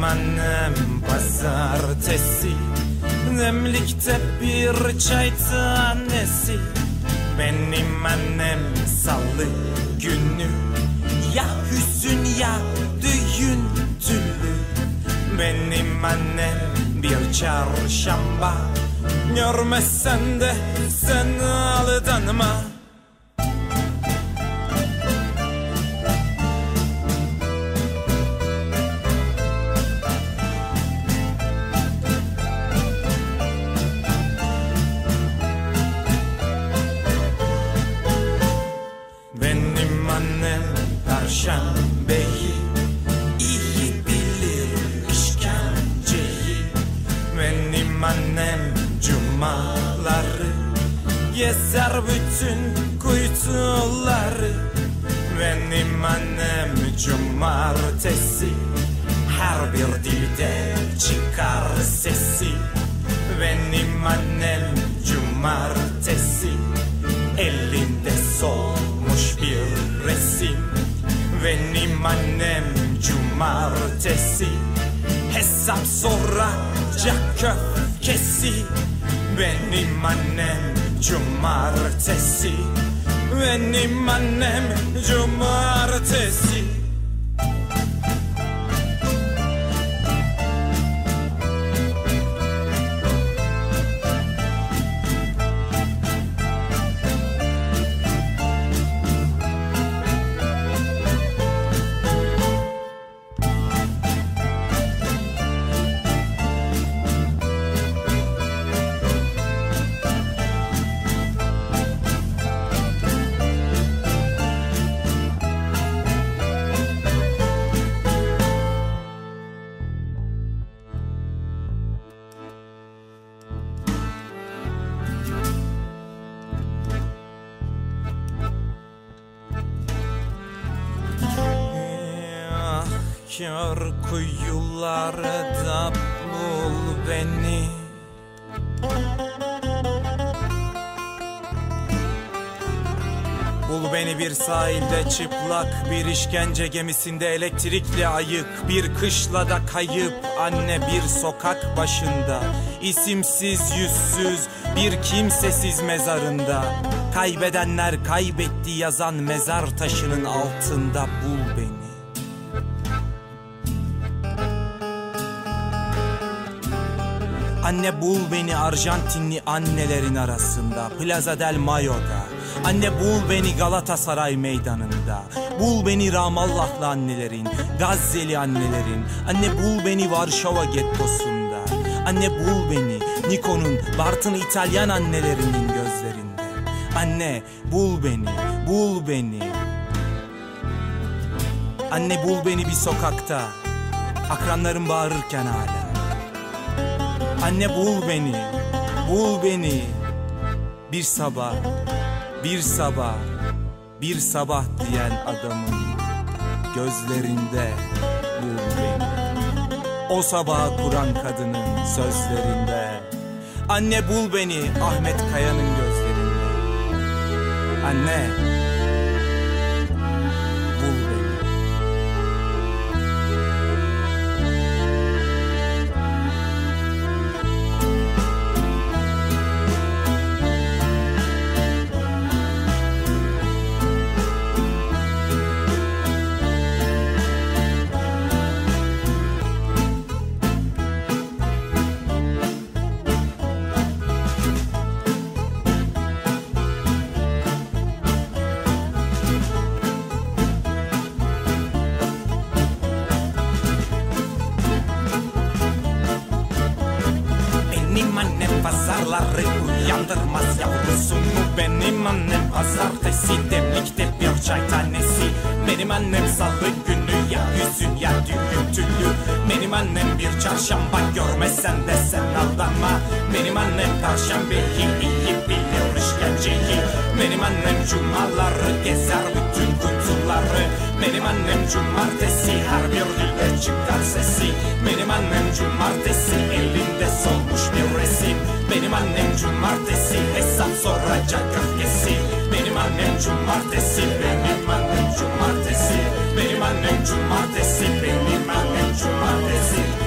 Benim annem pazartesi, demlikte bir çay tanesi. Benim annem salı günü, ya hüzün ya düğün tülü. Benim annem bir çarşamba, görmezsen de sen aldanma. Benim annem Perşembeyi iyi bilir işkenceyi. Benim annem Cumaları gezer bütün kuytuları. Benim annem Cumartesi her bir dilde çıkar sesi. Benim annem Cumartesi elinde solmuş bir resim. Benim annem Cumartesi hesap soracak köfkesi. Benim annem Cumartesi, benim annem Cumartesi. Kör kuyularda bul beni. Bul beni bir sahilde çıplak, bir işkence gemisinde elektrikli ayık, bir kışlada kayıp anne bir sokak başında, isimsiz yüzsüz bir kimsesiz mezarında. Kaybedenler kaybetti yazan mezar taşının altında bul beni. Anne bul beni Arjantinli annelerin arasında, Plaza del Mayo'da. Anne bul beni Galatasaray meydanında. Bul beni Ramallahlı annelerin, Gazze'li annelerin. Anne bul beni Varşova gettosunda. Anne bul beni Nikon'un, Bartın İtalyan annelerinin gözlerinde. Anne bul beni, bul beni. Anne bul beni bir sokakta, akranlarım bağırırken hala. Anne bul beni, bul beni. Bir sabah, bir sabah, bir sabah diyen adamın gözlerinde bul beni. O sabahı kuran kadının sözlerinde. Anne bul beni Ahmet Kaya'nın gözlerinde. Anne bul beni. Benim annem pazarları uyandırmaz yavrusunu. Benim annem pazartesi demlikte bir çay tanesi. Benim annem salı günü ya yüzün ya düğün tülü. Benim annem bir çarşamba, görmezsen de sen aldanma. Benim annem perşembeyi iyi bilir işkenceyi. Benim annem cumaları gezer bütün kutuları. Benim annem cumartesi her bir dilde çıkar sesi. Benim annem cumartesi elinde solmuş bir resim. Benim annem cumartesi hesap soracak öfkesi. Benim annem cumartesi, benim annem cumartesi. Benim annem cumartesi, benim annem cumartesi.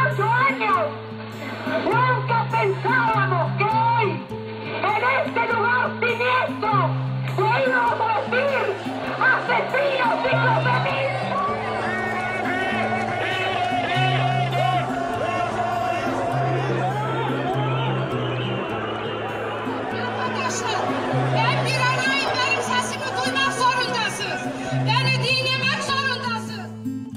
18 años. Nunca pensábamos que hoy, en este lugar siniestro, le íbamos a decir asesinos, hijos de mil. Ben bir anayım, benim sesimi duymak zorundasınız. Beni dinlemek zorundasınız.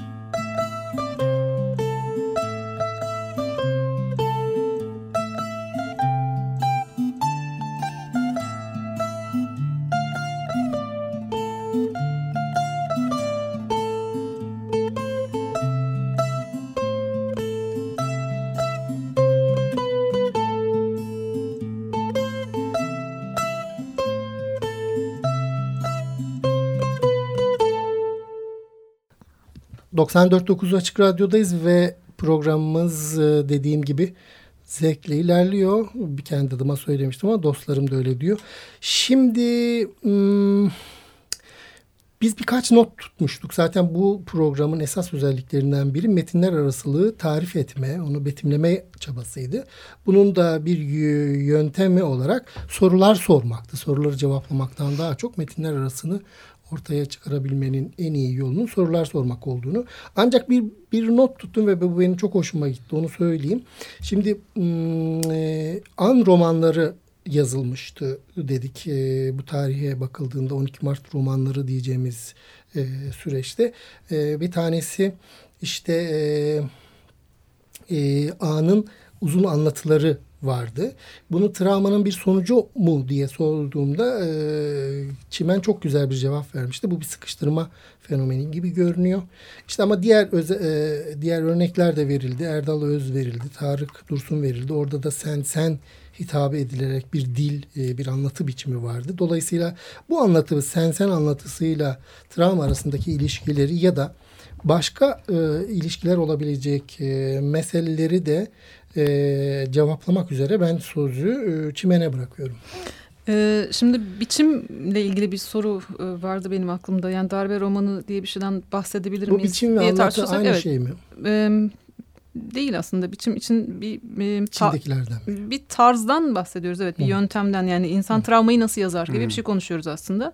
94.9 Açık Radyo'dayız ve programımız dediğim gibi zevkle ilerliyor. Bir kendi adıma söylemiştim ama dostlarım da öyle diyor. Şimdi biz birkaç not tutmuştuk. Zaten bu programın esas özelliklerinden biri metinler arasılığı tarif etme, onu betimleme çabasıydı. Bunun da bir yöntemi olarak sorular sormaktı. Soruları cevaplamaktan daha çok metinler arasını ortaya çıkarabilmenin en iyi yolunun sorular sormak olduğunu. Ancak bir not tuttum ve bu benim çok hoşuma gitti. Onu söyleyeyim. Şimdi an romanları yazılmıştı dedik. Bu tarihe bakıldığında 12 Mart romanları diyeceğimiz süreçte. Bir tanesi işte A'nın uzun anlatıları vardı. Bunu travmanın bir sonucu mu diye sorduğumda Çimen çok güzel bir cevap vermişti. Bu bir sıkıştırma fenomeni gibi görünüyor. İşte ama diğer örnekler de verildi. Erdal Öz verildi. Tarık Dursun verildi. Orada da sen hitap edilerek bir dil, bir anlatı biçimi vardı. Dolayısıyla bu anlatı sen anlatısıyla travma arasındaki ilişkileri ya da başka ilişkiler olabilecek meseleleri de cevaplamak üzere ben sözü Çimen'e bırakıyorum. Şimdi biçimle ilgili bir soru vardı benim aklımda. Yani darbe romanı diye bir şeyden bahsedebilir miyiz? Bu biçim ve anlatı aynı şey mi? Değil aslında. Biçim için bir tarzdan bahsediyoruz. Evet, bir yöntemden, yani insan travmayı nasıl yazar gibi bir şey konuşuyoruz aslında.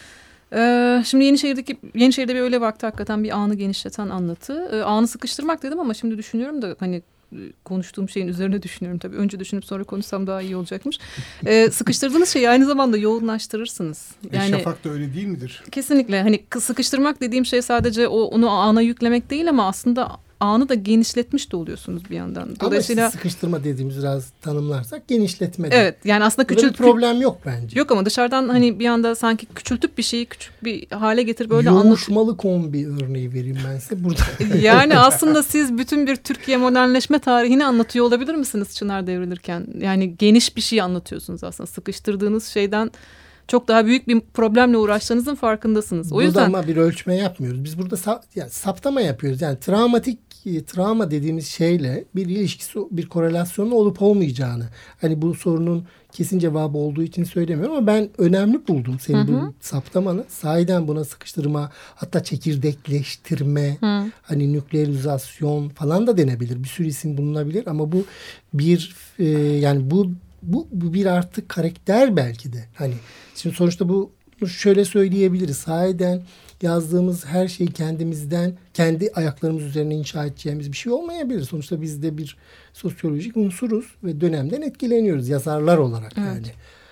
Şimdi Yenişehir'de bir öyle vakti hakikaten bir anı genişleten anlatı. Anı sıkıştırmak dedim ama şimdi düşünüyorum da hani konuştuğum şeyin üzerine düşünüyorum tabii. Önce düşünüp sonra konuşsam daha iyi olacakmış. Sıkıştırdığınız şeyi aynı zamanda yoğunlaştırırsınız. Yani, Şafak da öyle değil midir? Kesinlikle. Hani sıkıştırmak dediğim şey sadece onu ana yüklemek değil ama aslında anı da genişletmiş de oluyorsunuz bir yandan. Dolayısıyla ama sıkıştırma dediğimiz biraz tanımlarsak genişletme. Evet, yani aslında bir problem yok bence. Yok ama dışarıdan hani bir anda sanki küçültüp bir şeyi küçük bir hale getirip böyle yoğuşmalı kombi örneği vereyim ben size burada. Yani aslında siz bütün bir Türkiye modernleşme tarihini anlatıyor olabilir misiniz Çınar devrilirken? Yani geniş bir şey anlatıyorsunuz aslında. Sıkıştırdığınız şeyden çok daha büyük bir problemle uğraştığınızın farkındasınız. O yüzden ama bir ölçme yapmıyoruz. Biz burada saptama yapıyoruz. Yani travma dediğimiz şeyle bir ilişkisi, bir korelasyonun olup olmayacağını. Hani bu sorunun kesin cevabı olduğu için söylemiyorum ama ben önemli buldum senin bu saptamanı. Sahiden buna sıkıştırma, hatta çekirdekleştirme, hani nükleerizasyon falan da denebilir. Bir sürü isim bulunabilir ama bu bir yani bu bir artık karakter belki de. Hani şimdi sonuçta bu şöyle söyleyebiliriz. Sahiden yazdığımız her şey kendimizden, kendi ayaklarımız üzerine inşa edeceğimiz bir şey olmayabilir. Sonuçta biz de bir sosyolojik unsuruz ve dönemden etkileniyoruz yazarlar olarak. Evet. Yani.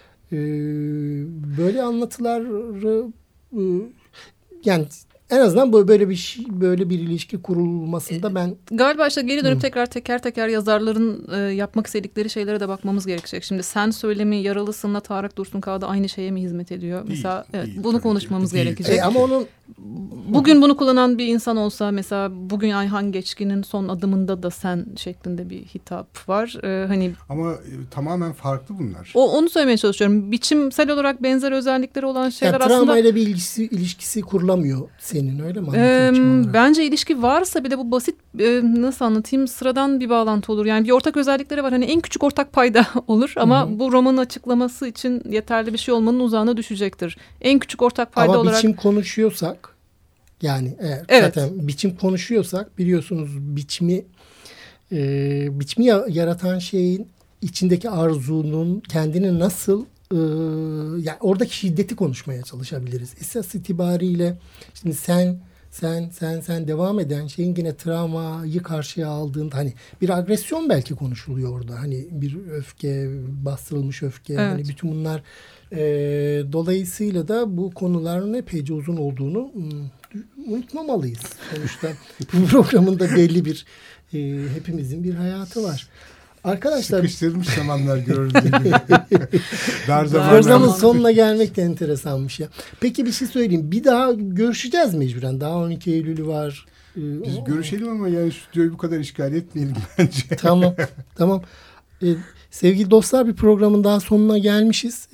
Böyle anlatıları yani en azından böyle bir ilişki kurulmasında ben galiba işte geri dönüp tekrar teker yazarların yapmak istedikleri şeylere de bakmamız gerekecek. Şimdi sen söylemi Yaralısın'la Tarık Dursun Kağıdı aynı şeye mi hizmet ediyor? Mesela bunu konuşmamız gerekecek. Ama onun bugün bunu kullanan bir insan olsa mesela bugün Ayhan Geçkin'in son adımında da sen şeklinde bir hitap var. Hani ama tamamen farklı bunlar. Onu söylemeye çalışıyorum. Biçimsel olarak benzer özellikleri olan şeyler yani aslında travmayla bir ilişkisi kurulamıyor senin, öyle mi? Bence ilişki varsa bile bu basit nasıl anlatayım, sıradan bir bağlantı olur. Yani bir ortak özellikleri var. Hani en küçük ortak payda olur ama bu romanın açıklaması için yeterli bir şey olmanın uzağına düşecektir. En küçük ortak payda olarak. Ama biçim konuşuyorsak yani zaten biçim konuşuyorsak biliyorsunuz biçimi biçimi yaratan şeyin içindeki arzunun kendini nasıl yani oradaki şiddeti konuşmaya çalışabiliriz. Esas itibariyle şimdi sen devam eden şeyin yine travmayı karşıya aldığında hani bir agresyon belki konuşuluyor orada. Hani bir öfke, bastırılmış öfke. Evet. Hani bütün bunlar dolayısıyla da bu konuların epeyce uzun olduğunu unutmamalıyız. Sonuçta bu programın da belli bir hepimizin bir hayatı var. Arkadaşlar sıkıştırmış zamanlar görüldüğü gibi. Dar programın zamanlar. sonuna gelmek de enteresanmış ya. Peki bir şey söyleyeyim. Bir daha görüşeceğiz mecburen. Daha 12 Eylül'ü var. Biz görüşelim ama yani stüdyoyu bu kadar işgal etmeyelim bence. Tamam. Sevgili dostlar, bir programın daha sonuna gelmişiz.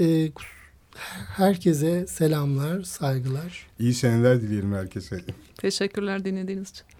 Herkese selamlar, saygılar. İyi seneler dileyelim herkese. Teşekkürler dinlediğiniz için.